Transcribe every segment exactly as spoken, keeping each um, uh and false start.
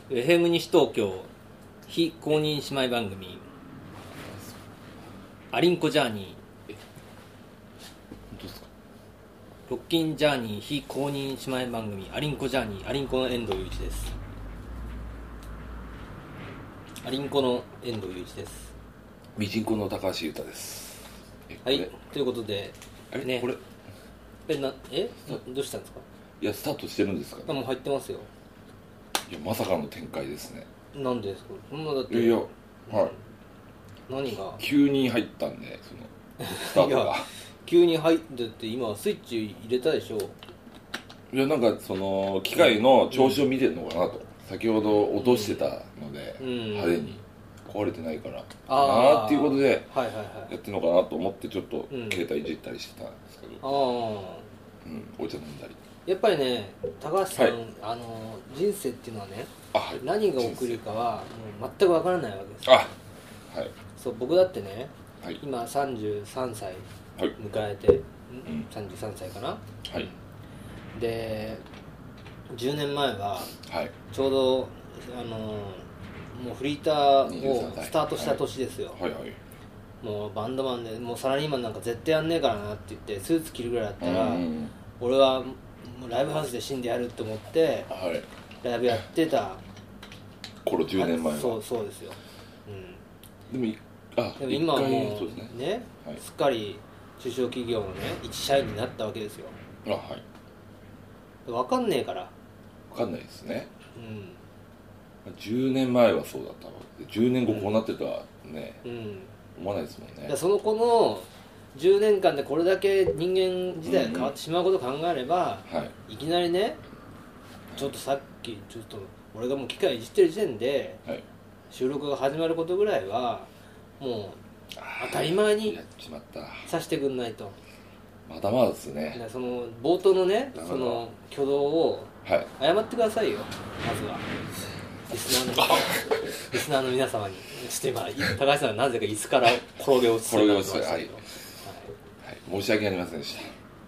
エフエム 西東京非公認姉妹番組アリンコジャーニー、 本当ですか？ ロッキンジャーニー非公認姉妹番組アリンコジャーニー、アリンコの遠藤雄一です。アリンコの遠藤雄一です。 ミジンコの高橋優太です。 はい、ということであれ、 ね、 これえなえどうしたんですか？ いやスタートしてるんですかね。 あ、もう入ってますよ。 いやまさかの展開ですね。 なんでですか？そんなだっていやいや、はい、 何が急に入ったんで、そのスタートがいや急に入ってって今スイッチ入れたでしょ。 いやなんかその機械の調子を見てるのかなと、うん、先ほど落としてたので、うん、派手に壊れてないからなーっていうことでやってるのかなと思ってちょっと携帯いじったりしてたんですけど、あ、うん、お茶飲んだり。 やっぱりね、高橋さん、はい、あの人生っていうのはね、 はい、 何が起こるかはもう全く分からないわけですよ。あ、はい、そう、僕だってね、はい、今さんじゅうさんさい迎えて、はい、うん、さんじゅうさんさいかな、はい、でじゅうねんまえはちょうど、はい、あのもうフリーターをスタートした年ですよ、はいはいはい、もうバンドマンでもうサラリーマンなんか絶対やんねえからなって言ってスーツ着るぐらいだったら、うん、俺はもうライブハウスで死んでやるって思って、はい、ライブやってた頃じゅうねんまえはそうそうですよ、うん、 でもあでも今はもう ね, ね、はい、すっかり中小企業のね一社員になったわけですよ。 あ、はい、 分かんねえから分かんないですね、 うん、 じゅうねんまえはそうだったわけでじゅうねんごこうなってたらね、うん、思わないですもんね。 その子のじゅうねんかんでこれだけ人間自体が変わってしまうことを考えれば、うんうん、はい、いきなりねちょっとさっきちょっと俺がもう機械いじってる時点で、はい、収録が始まることぐらいはもう当たり前にさせてくんないと。 まだまだですね。 その冒頭のねその挙動を謝ってくださいよ、まずはリスナーのリスナーの皆様に。ちょっと今高橋さんがなぜか椅子から転げ落ちてましたけど、はいはいはい、 申し訳ありませんでした。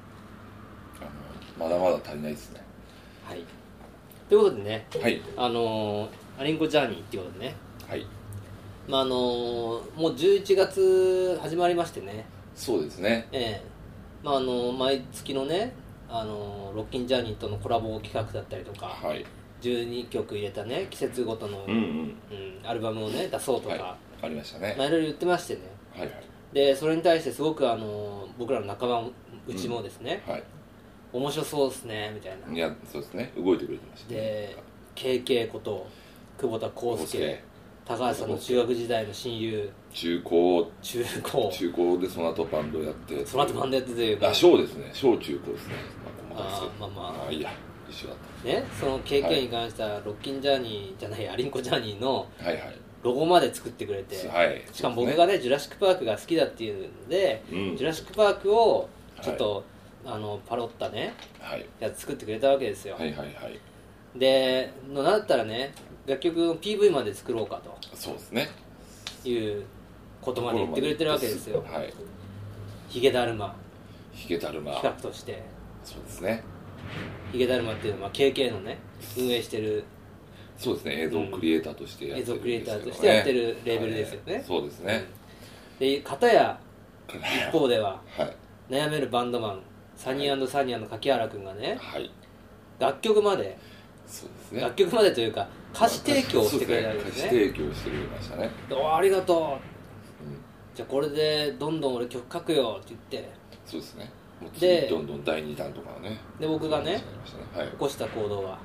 あのまだまだ足りないですね。 はい、ということでね、 はい、 あのアリンコジャーニーっていうことでね、 はい、 まああのもうじゅういちがつ始まりましてね。 そうですね、 ええ、まあ、あの毎月のねあのロッキンジャーニーとのコラボ企画だったりとか、はい、じゅうにきょく入れたね季節ごとの、うんうんうん、アルバムをね出そうとか、はい、 ありましたね、 まあ、いろいろ言ってましてね、はいはい、でそれに対してすごくあの僕らの仲間うちもですね、うん、はい、面白そうですねみたいな。 いやそうですね、動いてくれてました、ね、 で ケーケー こと久保田康介、高橋さんの中学時代の親友、 中高中高中高でその後バンドやって、 その後バンドやってて、 あ、小ですね、小中高ですね、 まあ、あまあまああいいや一緒だったね。その ケーケー に関しては、はい、ロッキンジャーニーじゃないアリンコジャーニーのロゴまで作ってくれて、はいはい、しかも僕がねジュラシックパークが好きだっていうんで、うん、ジュラシックパークをちょっと、はい、あのパロったね、はい、やつ作ってくれたわけですよ。はいはいはい。でのなんだったらね楽曲の ピーブイ まで作ろうかと、 そうですね、 いうことまで言ってくれてるわけですよ。はい、ヒゲダルマヒゲダルマ企画として。 そうですね、 ヒゲダルマっていうのは ケーケー のね運営してる、 そうですね、映像クリエイターとしてやってる、 映像クリエイターとしてやってるレーベルですよね、はい、 そうですね、 うん、で片や一方では、はい、悩めるバンドマンサニー&サニアの柿原君がね、はい、楽曲までそうですね、 楽曲までというか歌詞提供をしてくれたわけですね。 歌詞提供してくれましたね。 おありがとう、うん、じゃあこれでどんどん俺曲書くよって言って、 そうですね、でどんどんだいにだんとかね、 で僕がね、はい、起こした行動は、はい、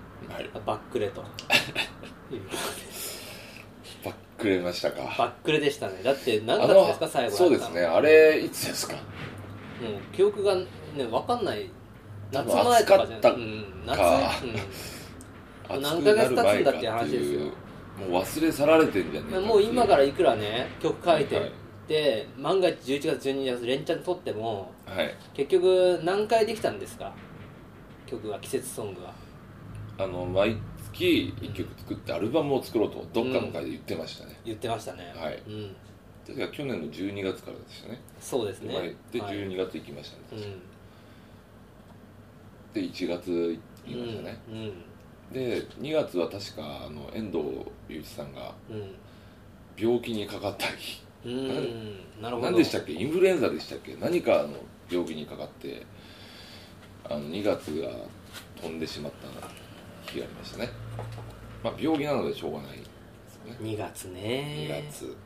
バックレとバックレましたか。 バックレでしたね。だって何月ですか最後。 そうですね、あれいつですか。 もう記憶がね分かんない。 夏前とかじゃない、うん、夏、 うん、何ヶ月経つんだっていう話ですよ。 もう忘れ去られてんじゃねえか。 もう今からいくらね曲書いて、はい、で万が一じゅういちがつじゅうににち連チャン撮っても、はい、結局何回できたんですか曲が、季節ソングは。 あの毎月いっきょく作ってアルバムを作ろうとどっかの回で言ってましたね、 うん、言ってましたね、はい、うん、 確か去年のじゅうにがつからでしたね。 そうですね、 でじゅうにがつ行きましたね、はい、でいちがつ行きましたね、うんうん、 でにがつは確かあの遠藤祐一さんが病気にかかったり、うん、なるほど。何でしたっけ、インフルエンザでしたっけ、何かの病気にかかってあのにがつが飛んでしまった日がありましたね。まあ病気なのでしょうがないですよね。 にがつね。 にがつ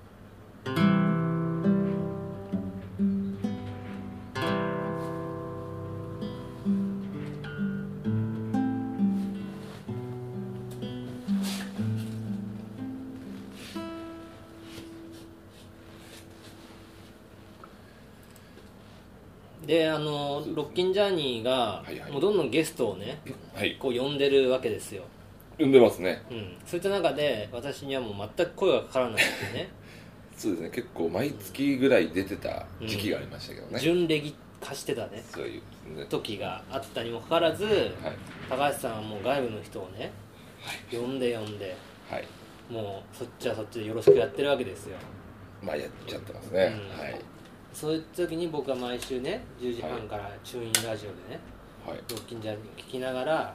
であのロッキンジャーニーが、はいはい、もうどんどんゲストをね、はい、こう呼んでるわけですよ。 呼んでますね、 うん、そういった中で私にはもう全く声がかからないってねそうですね、結構毎月ぐらい出てた時期がありましたけどね、 うん、準レギ化してたね、そういう、ね、時があったにもかかわらず、はい、高橋さんはもう外部の人をね、はい、呼んで呼んで、はい、もうそっちはそっちでよろしくやってるわけですよ。 まあやっちゃってますね、うん、はい。 そういう時に僕は毎週ねじゅうじはんからチューインラジオでね、はい、ロッキンジャーニーを聞きながら、はい、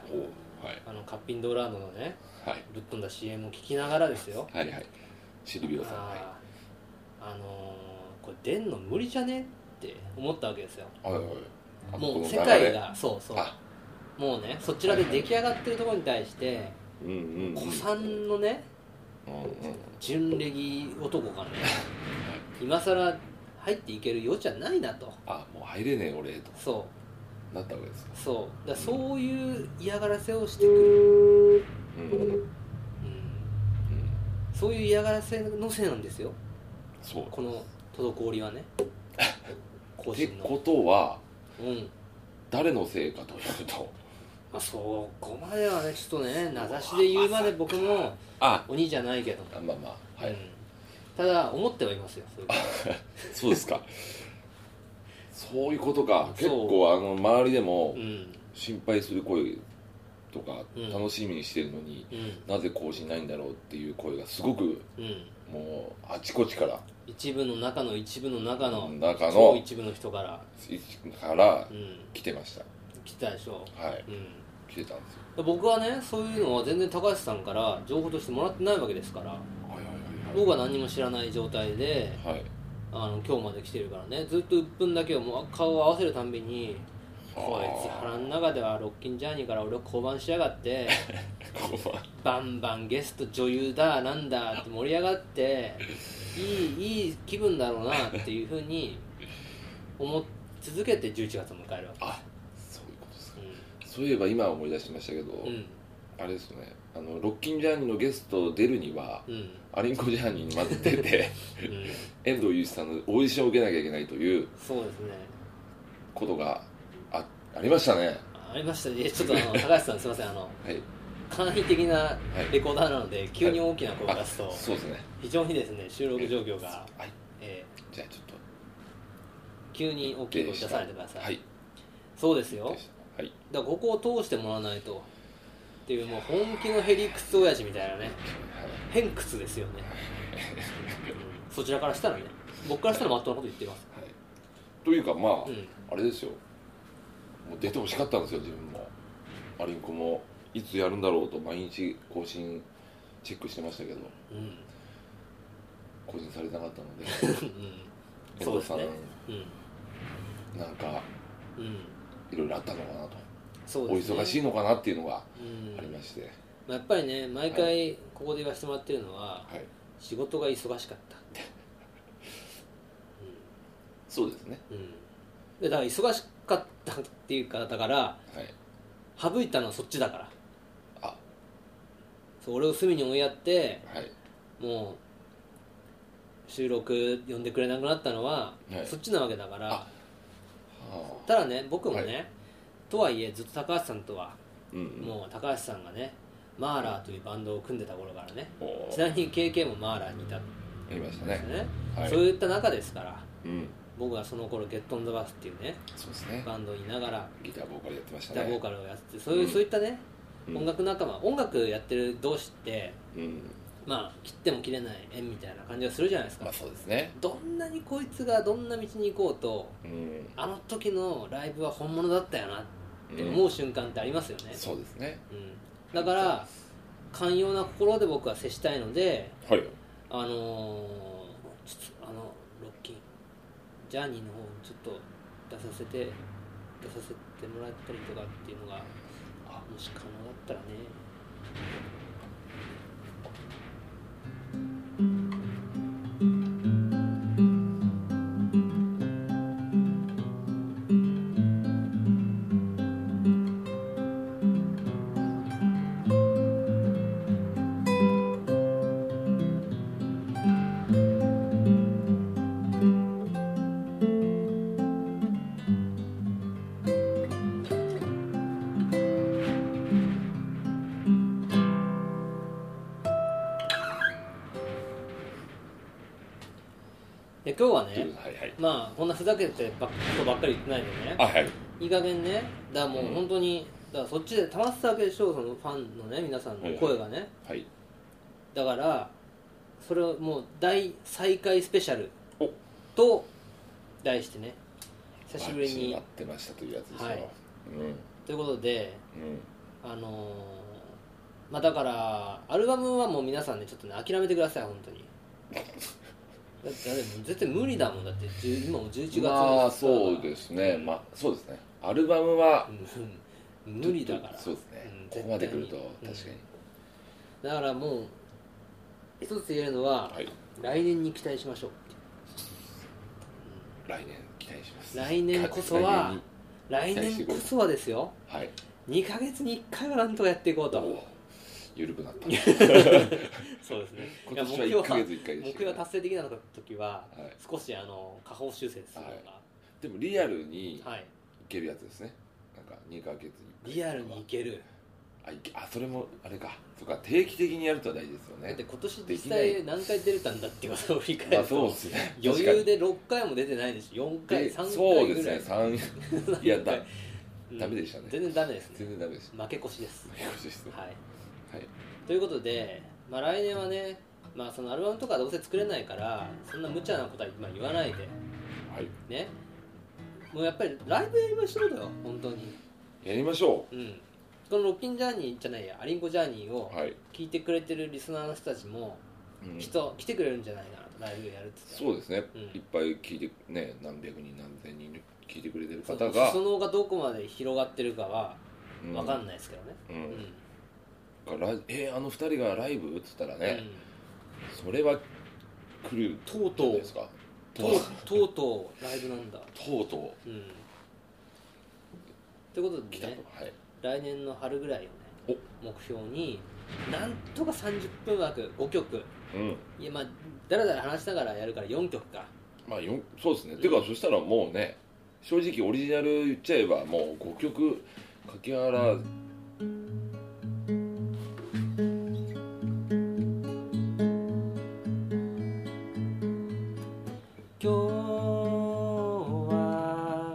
あのカッピンドーランドのね、はい、ぶっ飛んだ シーエム を聞きながらですよ。 はいはい、シルビオさん、はい、 あのー、これ出んの無理じゃねって思ったわけですよ。はいはい、もう世界がそうそうもうねそちらで出来上がってるところに対して、はいはい、古参のね、うんうん、準レギ男がね今更入っていける余地はないなと。 あ、もう入れねえ俺とそうなったわけですか。 そうだ、そういう嫌がらせをしてくる、うんうんうん、そういう嫌がらせのせいなんですよ。そうこの滞りはねってことは、うん、誰のせいかというと、 まあ、そこまではねちょっとね名指しで言うまで僕も鬼じゃないけど、 あまあまあはい、うん、 ただ思ってはいますよ。そういうそうですかそういうことか。結構あの周りでも心配する声とか、うん、楽しみにしてるのに、うん、なぜこうしないんだろうっていう声がすごく、うん、もうあちこちから一部の中の一部の中の中の超一部の人からから来てました、 来たでしょ。 はい、うん、来てたんですよ。 僕はねそういうのは全然高橋さんから情報としてもらってないわけですから、はいはいはいはい、僕は何も知らない状態で、はい、あの今日まで来てるからね、ずっと鬱憤だけをもう顔を合わせるたんびにこいつ腹の中ではロッキンジャーニーから俺を降板しやがってバンバンゲスト女優だなんだって盛り上がっていいいい気分だろうなっていうふうに思い続けてじゅういちがつを迎えるわけです。 あ、そういうことですか、うん、そういえば今思い出しましたけど、うん、あれですよね、あのロッキンジャーニーのゲスト出るには、うん、アリンコジャーニーにまず出て、うん、遠藤祐一さんのオーディションを受けなきゃいけないというそうですねことが あ, ありましたね。 ありましたね。ちょっとあの高橋さんすいません、あの、はい、簡易的なレコーダーなので、はい、急に大きな声を出すと、はい、そうですね、非常にですね収録状況が、はいえー、 じゃあちょっと急に大きい声出さないでください。はい、そうですよ、はい、だからここを通してもらわないとっていう、もう本気のヘリクツ親父みたいなね、偏屈ですよね、うん、そちらからしたらね、僕からしたらまっとうなこと言ってます、はい、 というかまあ、うん、あれですよ、もう出てほしかったんですよ自分も。アリンコもいつやるんだろうと毎日更新チェックしてましたけど、うん、更新されなかったので、遠藤さん、ねうん、なんか、うん、いろいろあったのかなと、そうですね、お忙しいのかなっていうのがありまして、 うん、やっぱりね毎回ここで言わせてもらってるのは、はい、仕事が忙しかった、うん、 そうですね、 うん、でだから忙しかったっていうかだから、はい、省いたのはそっちだから、あそう俺を隅に追いやって、はい、もう収録呼んでくれなくなったのは、はい、そっちなわけだから、はあ、ただね僕もね、はい、とはいえずっと高橋さんとは、うんうん、もう高橋さんがねマーラーというバンドを組んでた頃からね、ちなみに ケーケー もマーラーにいたんですね、いましたね、 はい、そういった中ですから、うん、僕はその頃ゲットオンザバスっていうね、 そうですね、 バンドにいながらギターボーカルやってましたね、 ギターボーカルをやってそういう、うん、そういったね、うん、音楽仲間、音楽やってる同士って、うん、まあ切っても切れない縁みたいな感じがするじゃないですか。 まあそうですね。 どんなにこいつがどんな道に行こうと、うん、あの時のライブは本物だったよなって思う瞬間ってありますよね。 そうですね。 うん、 だから寛容な心で僕は接したいので、 はい、 あのー、ちょっとあのロッキンジャーニーの方にちょっと出させて出させてもらったりとかっていうのがもし可能だったらね。で今日はね、はいはい、まあこんなふざけてばっことばっかり言ってないんでね、 はい、 いい加減ね、だからもう本当に、だからそっちで溜まってたわけでしょ、そのファンのね皆さんの声がね、 はいはい、 だからそれをもう大再開スペシャルと題してね、久しぶりに待ってましたというやつですよ、はい、うん、 ということで、うん、あのー、まあだからアルバムはもう皆さんねちょっとね諦めてください本当に。だってあれもう絶対無理だもん、だって今もじゅういちがつまあそうですね、まあそうですね、アルバムは無理だから、 そうですね、うん、ここまで来ると確かに、うん、 だからもう一つ言えるのは、はい、来年に期待しましょう、 うん、来年期待します。 来年こそは来年こそはですよ、 はい、 にかげつにいっかいはなんとかやっていこうと。 緩くなったそうですね。 今年はいっかげついっかいでした、ね、 目標が達成できなかった時は、はい、少しあの下方修正するのが、はい、 でもリアルにいけるやつですね、なんかにかげつにいっかいリアルにいける、 あいけあそれもあれか、そうか、定期的にやるとは大事ですよね。 だって今年実際何回出れたんだっていうことを振り返ると、まあ、 そうですね、 余裕でろっかいも出てないですし、よんかいさんかいぐらい、 そうですね、さんいやだダメでしたね、 全然ダメですね、 全然ダメです、 負け越しです、 負け越しですね、 はい、 はい、 ということで、まあ、来年はね、まあ、そのアルバムとかどうせ作れないからそんな無茶なことは今言わないで、 はい、 ね、もうやっぱりライブやりましょうよ、本当にやりましょう、 うん、このロッキンジャーニーじゃないやアリンコジャーニーを聞いてくれてるリスナーの人たちも、はい、人来てくれるんじゃないかなと、ライブやるって言ったら、 そうですね、うん、いっぱい聞いてね、何百人何千人聞いてくれてる方が、 そのがどこまで広がってるかは分かんないですけどね、 うんうんうん、えー、あのふたりがライブっつったらね、うん、それは来るとうとうですか、とうとうとうライブなんだ、 とうとう、うん、 ということでね、はい、来年の春ぐらいをね目標になんとかさんじゅっぷん枠ごきょく、うん、いやまあだらだら話しながらやるからよんきょくか、 まあよそうですね、うん、てかそしたらもうね、正直オリジナル言っちゃえばもうごきょく柿原、うん今日は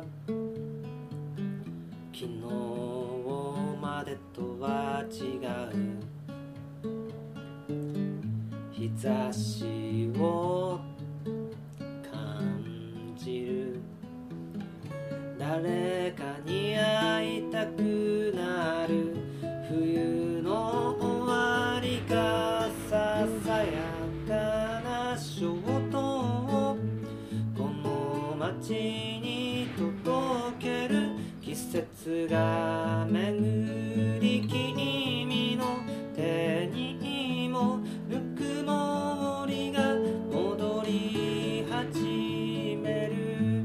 昨日までとは違う日差しを感じる、誰かに会いたくなる冬の終わりがささやかな衝動をこの街に届ける、季節が巡り君の手にもぬくもりが戻り始める、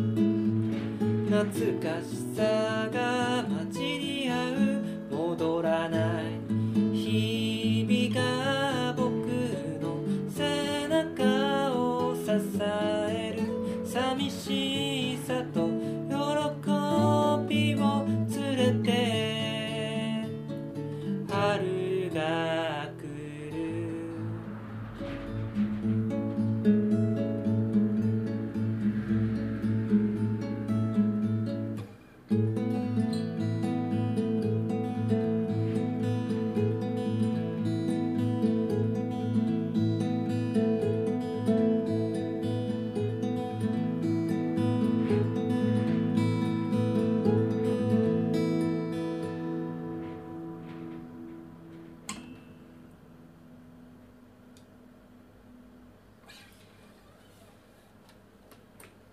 懐かしさが混じり合う戻らない日々が僕の背中を支える、寂しさと喜びを連れて春が来る、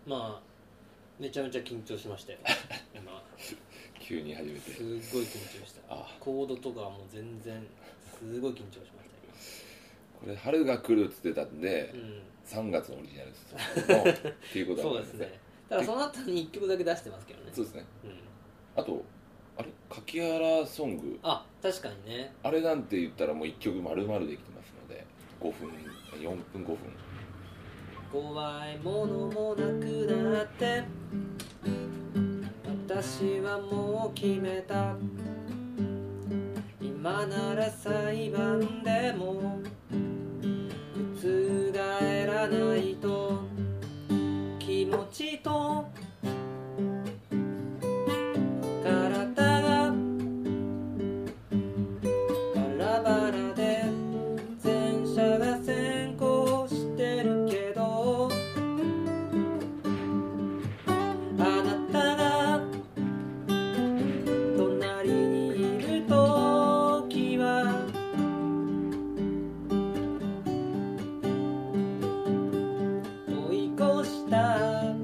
まあめちゃめちゃ緊張しましたよ今急に始めてすごい緊張した。あコードとかも全然すごい緊張しました今。 これ春が来るっつってたんで、うん、さんがつのオリジナルですっていうことなんですね。そうですね。 ただその後にいっきょくだけ出してますけどね。 そうですね、うん、あとあれ柿原ソング、 あ確かにね、 あれなんて言ったらもういっきょく丸々できてますのでごふんよんぷんごふん。 怖いものもなくなって私はもう決めた、今なら裁判でも覆らないと気持ちと体がバラバラで前者が先行してるけど、あなたが隣にいるときは追い越した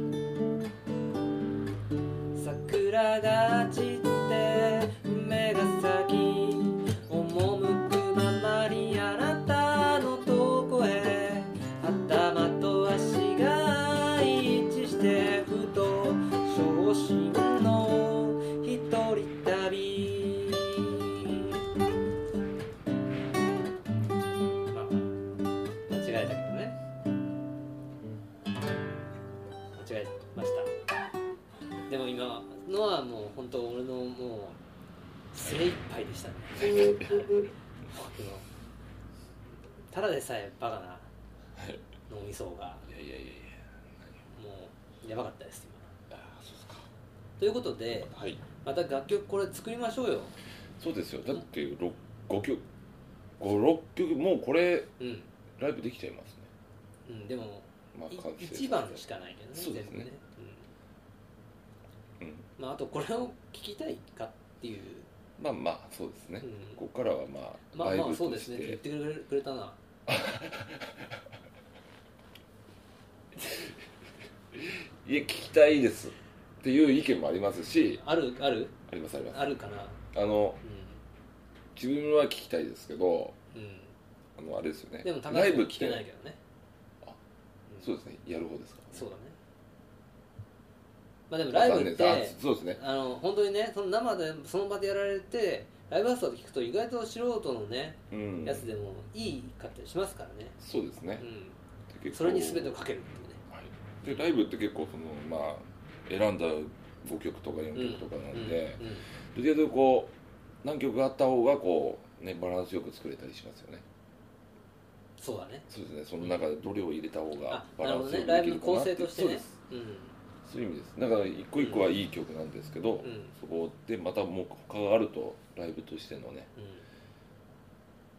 桜が散って梅が咲き赴くままにあなたのとこへ頭と足が一致してふと昇進の一人旅。まあ間違えたけどね、間違えました。でも今のはもう本当俺のもう精一杯でしたね僕のただでさえバカな脳みそがいやいやいやいやもうやばかったです今。 ああそうですか。 ということで、はい、また楽曲これ作りましょうよ。 そうですよ。だってごきょくごろっきょくもうこれ、うん、ライブできちゃいますね。 うんでも、まあ、いちばんしかないけどね。 そうですね。 うんうんまあ、あとこれを聞きたいかっていうまあまあそうですね、うん、ここからはまあまあまあそうですねって言ってくれくれたいや聞きたいですっていう意見もありますし、 あるあるありますありますあるかな。 あの、うん、自分は聞きたいですけど、うん、あのあれですよね。 でも高橋君聞けないけどね。 あ、うん、そうですね。やる方ですか、ね、 そうだね。まあでもライブってそうですね。 あの本当にねその生でその場でやられてライブハウスを聞くと意外と素人のね、うん、やつでもいいかったりしますからね。 そうですね。 うん、それに全てをかけるっていうね。 はい、でライブって結構そのまあ選んだごきょくとかよんきょくとかなんで、うんうんうん、ある程度こう何曲あった方がこうねバランスよく作れたりしますよね。 そうだね。 そうですね。その中でどれを入れた方がバランスよくできるかなって、 ね、ライブの構成としてね。 そうです。うんそういう意味です。だから一個一個はいい曲なんですけど、うん、そこでまたもう他があるとライブとしてのね、うん、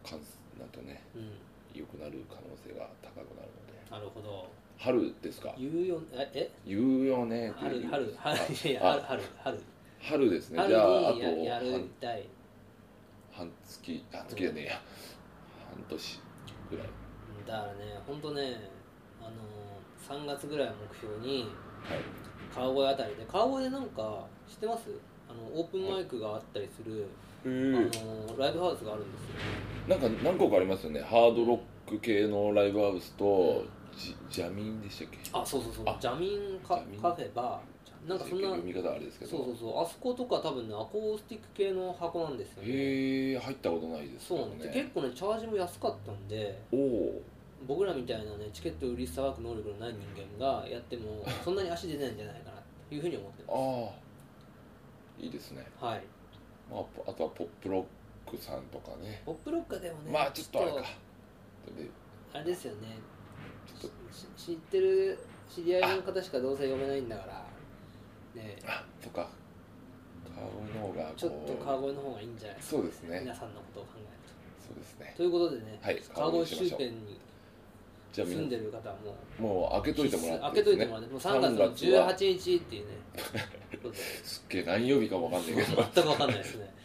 かんなんとね、うん、良くなる可能性が高くなるので。 なるほど。 春ですか。 言うよええ言うよね。 春春春いや春春春春ですね。 春じゃああとやるたい半月半月じゃねえや、うん、半年ぐらい。 だからね本当ねあのさんがつぐらいを目標に。はい、川越あたりで川越でなんか知ってます？あのオープンマイクがあったりする、あのライブハウスがあるんですよ。 なんか何個かありますよね。ハードロック系のライブハウスと、うん、ジ, ジャミンでしたっけ？ あそうそうそうジャミン カ, カフェバーなんかそんな読み方あれですけどそうそうそうあそことか多分ねアコースティック系の箱なんですよね。 へえ入ったことないですけどね。そうなんです。結構ねチャージも安かったんでおお僕らみたいなねチケットを売りさばく能力のない人間がやってもそんなに足出ないんじゃないかなというふうに思ってます。 ああいいですね。 はい、 まあ、あとはポップロックさんとかね。 ポップロックでもねまあちょっとあれかあれですよねちょっと知ってる知り合いの方しかどうせ読めないんだからね。 あそっか川越の方がちょっと川越の方がいいんじゃないですか、ね、 そうですね。 皆さんのことを考えると。 そうですね。 ということでね、 はい、 川越周辺に住んでる方はもうもう開けといてもらって、ね、 開けといてもらってもうさんがつのじゅうはちにちっていうねすっげえ何曜日かもわかんないけど全くわかんないですね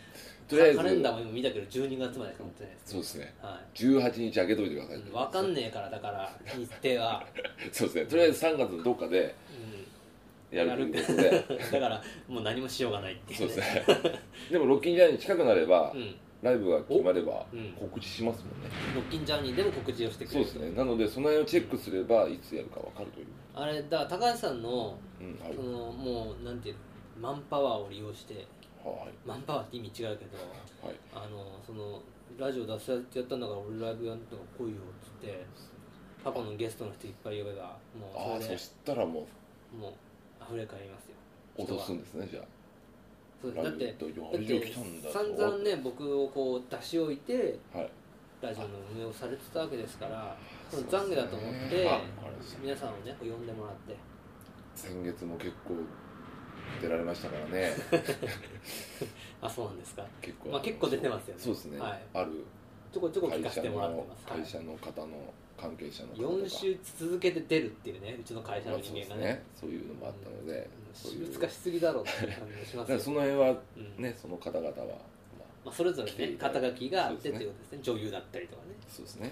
とりあえずカレンダーも今見たけどじゅうにがつまでしか持ってないです、 そうですね、 はい、 じゅうはちにち開けといてください、 うん、分かんねえからだから日程はそうですね、とりあえずさんがつのどっかでやるということで、 うん、だからもう何もしようがないっていう、ね、 そうですねでもロッキンジャーニー近くなれば、うん、ライブが決まれば告知しますもんね、 うん、ロッキンジャーニーでも告知をしてくれる。 そうですね、なのでその辺をチェックすればいつやるか分かるという。 あれだから高橋さんの、うん、そのもうなんていうマンパワーを利用して、はい、マンパワーって意味違うけど、はい、あのそのラジオ出せってやったんだから俺ライブやるとか来いよっつって過去のゲストの人いっぱい呼べばもうそれで、あ、そしたらもうもう溢れ返りますよ。 落とすんですね、じゃあ。 そうだって、だって散々ね僕をこう出し置いて、はい、ラジオの運営をされてたわけですから、その懺悔だと思って皆さんをね呼んでもらって。 先月も結構出られましたからねあ、そうなんですか。結構、まあ、結構出てますよね。 そうですね、はい、あるちょこちょこ聞かせてもらってます。 会社の方の関係者の方とかよん週続けて出るっていうね、うちの会社の人間がね、 そういうのもあったので、 私物化しすぎだろうって感じがしますよ。 その辺はね、その方々は、 まあ、それぞれね肩書きがあってということですね。女優だったりとかね。 そうですね、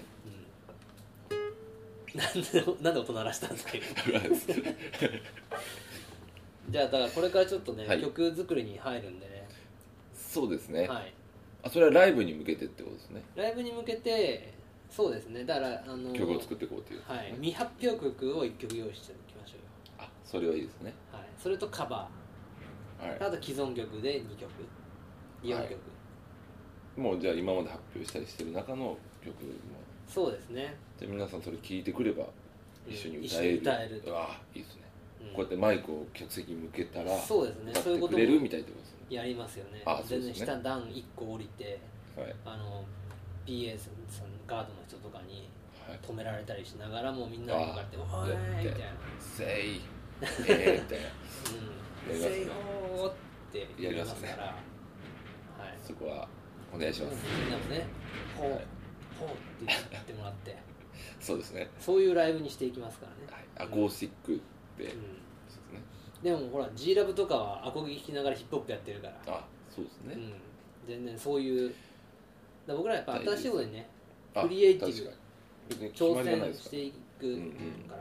なんでなんで大人らしたんですかじゃあだからこれからちょっとね、曲作りに入るんでね。 そうですね、はい、あ、それはライブに向けてってことですね。 ライブに向けて、そうですね、だからあの曲を作っていこうという、 はい、未発表曲をいっきょく用意しておきましょうよ。 あ、それはいいですね、 はい、それとカバー、はい、あと既存曲でにきょくよんきょく、はい、 もうじゃあ今まで発表したりしてる中の曲も。 そうですね。 じゃあ皆さんそれ聴いてくれば一緒に歌える、うん、 歌えると。 ああ、いいですね、うん、こうやってマイクを客席に向けたらそうですね、 歌ってくれるみたいなことですね。 やりますよね。 ああ、 全然下段いっこ降りて、はい、あの ピーエー さんガードの人とかに止められたりしながらもみんなに向かって「おーい!」みたいな 「せい!」えーみたいな 「うん、せいほー!」ってやりますから、はい、 そこはお願いします。 みんなもね「ほうほう」って言ってもらってそうですね、 そういうライブにしていきますからね、 はい、アコースティックで、うん、そうですね。でもほら G ラブとかはアコギ聴きながらヒップホップやってるから、 あ、そうですね、うん、 全然そういうだ僕らやっぱ新しいことにねクリエイティブ挑戦していくから、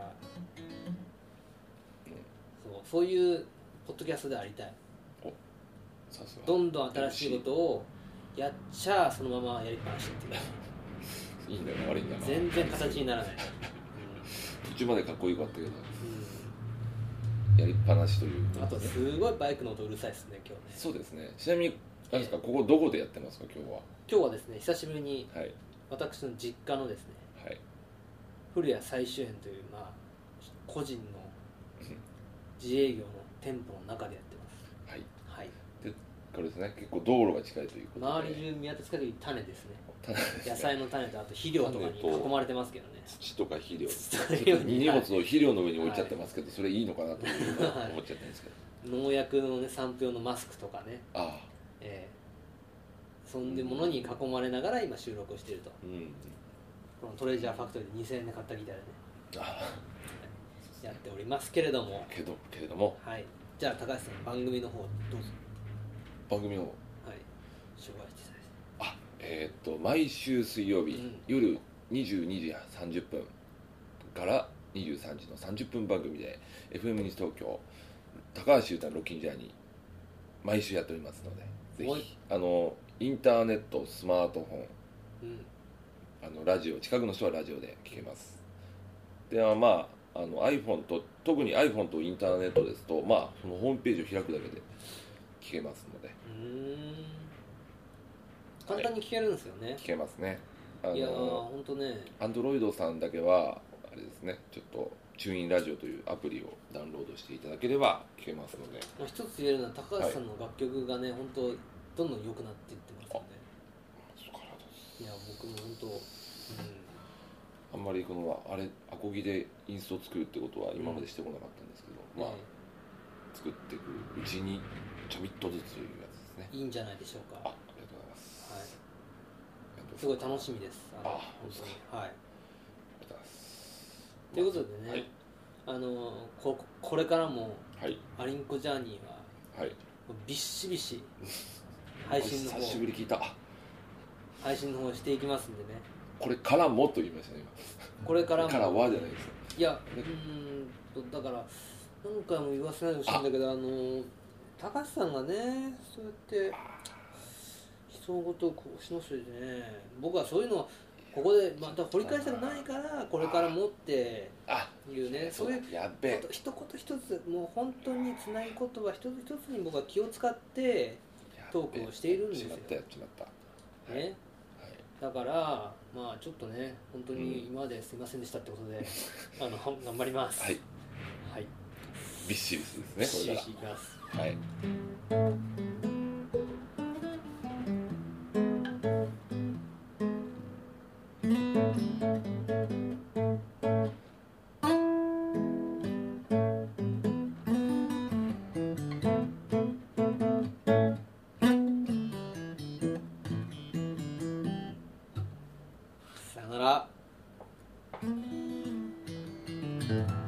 そうそういうポッドキャストでありたい。 さすがどんどん新しいことをやっちゃそのままやりっぱなしっていういいんだよ悪いんだな、 全然形にならない、うん、 途中までかっこよかったけど、うん、やりっぱなしという、 ね、あとすごいバイクの音うるさいですね今日ね。 そうですね。ちなみに何ですか、ここどこでやってますか今日は。 今日はですね久しぶりに私の実家のですね、はい、古谷最終園という、まあ、個人の自営業の店舗の中でやってます。はい、はい、 でこれですね、結構道路が近いということで周り中見渡す限り種ですね。種ですね、野菜の種とあと肥料とかに囲まれてますけどね。 土とか肥料荷物を肥料の上に置いちゃってますけど、はい、それいいのかなと思っちゃったんですけど農薬の、ね、散布用のマスクとかね、ああ、えー、そんでものに囲まれながら今収録をしていると、うん、このトレジャーファクトリーでにせんえんで買ったギターでね、ああ、やっておりますけれどもけどけれども、 はい、じゃあ高橋さん番組の方どうぞ。 番組の、はい、 紹介していただいて。 あ、えー、っと毎週水曜日、うん、夜にじゅうにじさんじゅっぷんからにじゅうさんじのさんじゅっぷん番組で エフエム 西東京高橋優太のロッキンジャーニー毎週やっておりますので、ぜひあのインターネット、スマートフォン、うん、あのラジオ、近くの人はラジオで聞けます。ではまあ、あの iPhone と特に iPhone とインターネットですと、まあそのホームページを開くだけで聞けますので、うーん、 簡単に聞けるんですよね、 はい、聞けますね。あのいやー本当ね、 アンドロイドさんだけはあれですね、ちょっとチューインラジオというアプリをダウンロードしていただければ聞けますので、 まあ、一つ言えるのは高橋さんの楽曲がね、はい、本当どんどん良くなっていってますので、 そこからです。 いや僕も本当、うん、 あんまりこのあれアコギでインストを作るってことは今までしてこなかったんですけど、うん、まあ、えー、作っていくうちにちょびっとずつというやつですね。 いいんじゃないでしょうか。 あ、ありがとうございます。はい、 すごい楽しみです。 あ、本当に、はい、ありがとうございます。 ということでね、はい、あの こ, これからも、はい、アリンコジャーニーは、はい、びっしびし配信の方久しぶり聞いた。 配信の方していきますんでね。 これからもと言いましたね今。これからもからはじゃないです。 いやうんだから何回も言わせないでほしいんだけど、あの高橋さんがねそうやって人のことをこうしのしてね、僕はそういうのをここでまた掘り返したくないからこれからもっていうね、そういうやっべ一言一つもう本当につない言葉一つ一つに僕は気を使ってトークをしているんですよ。 やっちまったやっちまったね、はい、だからまあちょっとね本当に今まですいませんでしたってことで、うん、あの頑張ります。 はい、 はい、 ビッシリスですね。 ビッシリスいきます。 はい。 さよなら。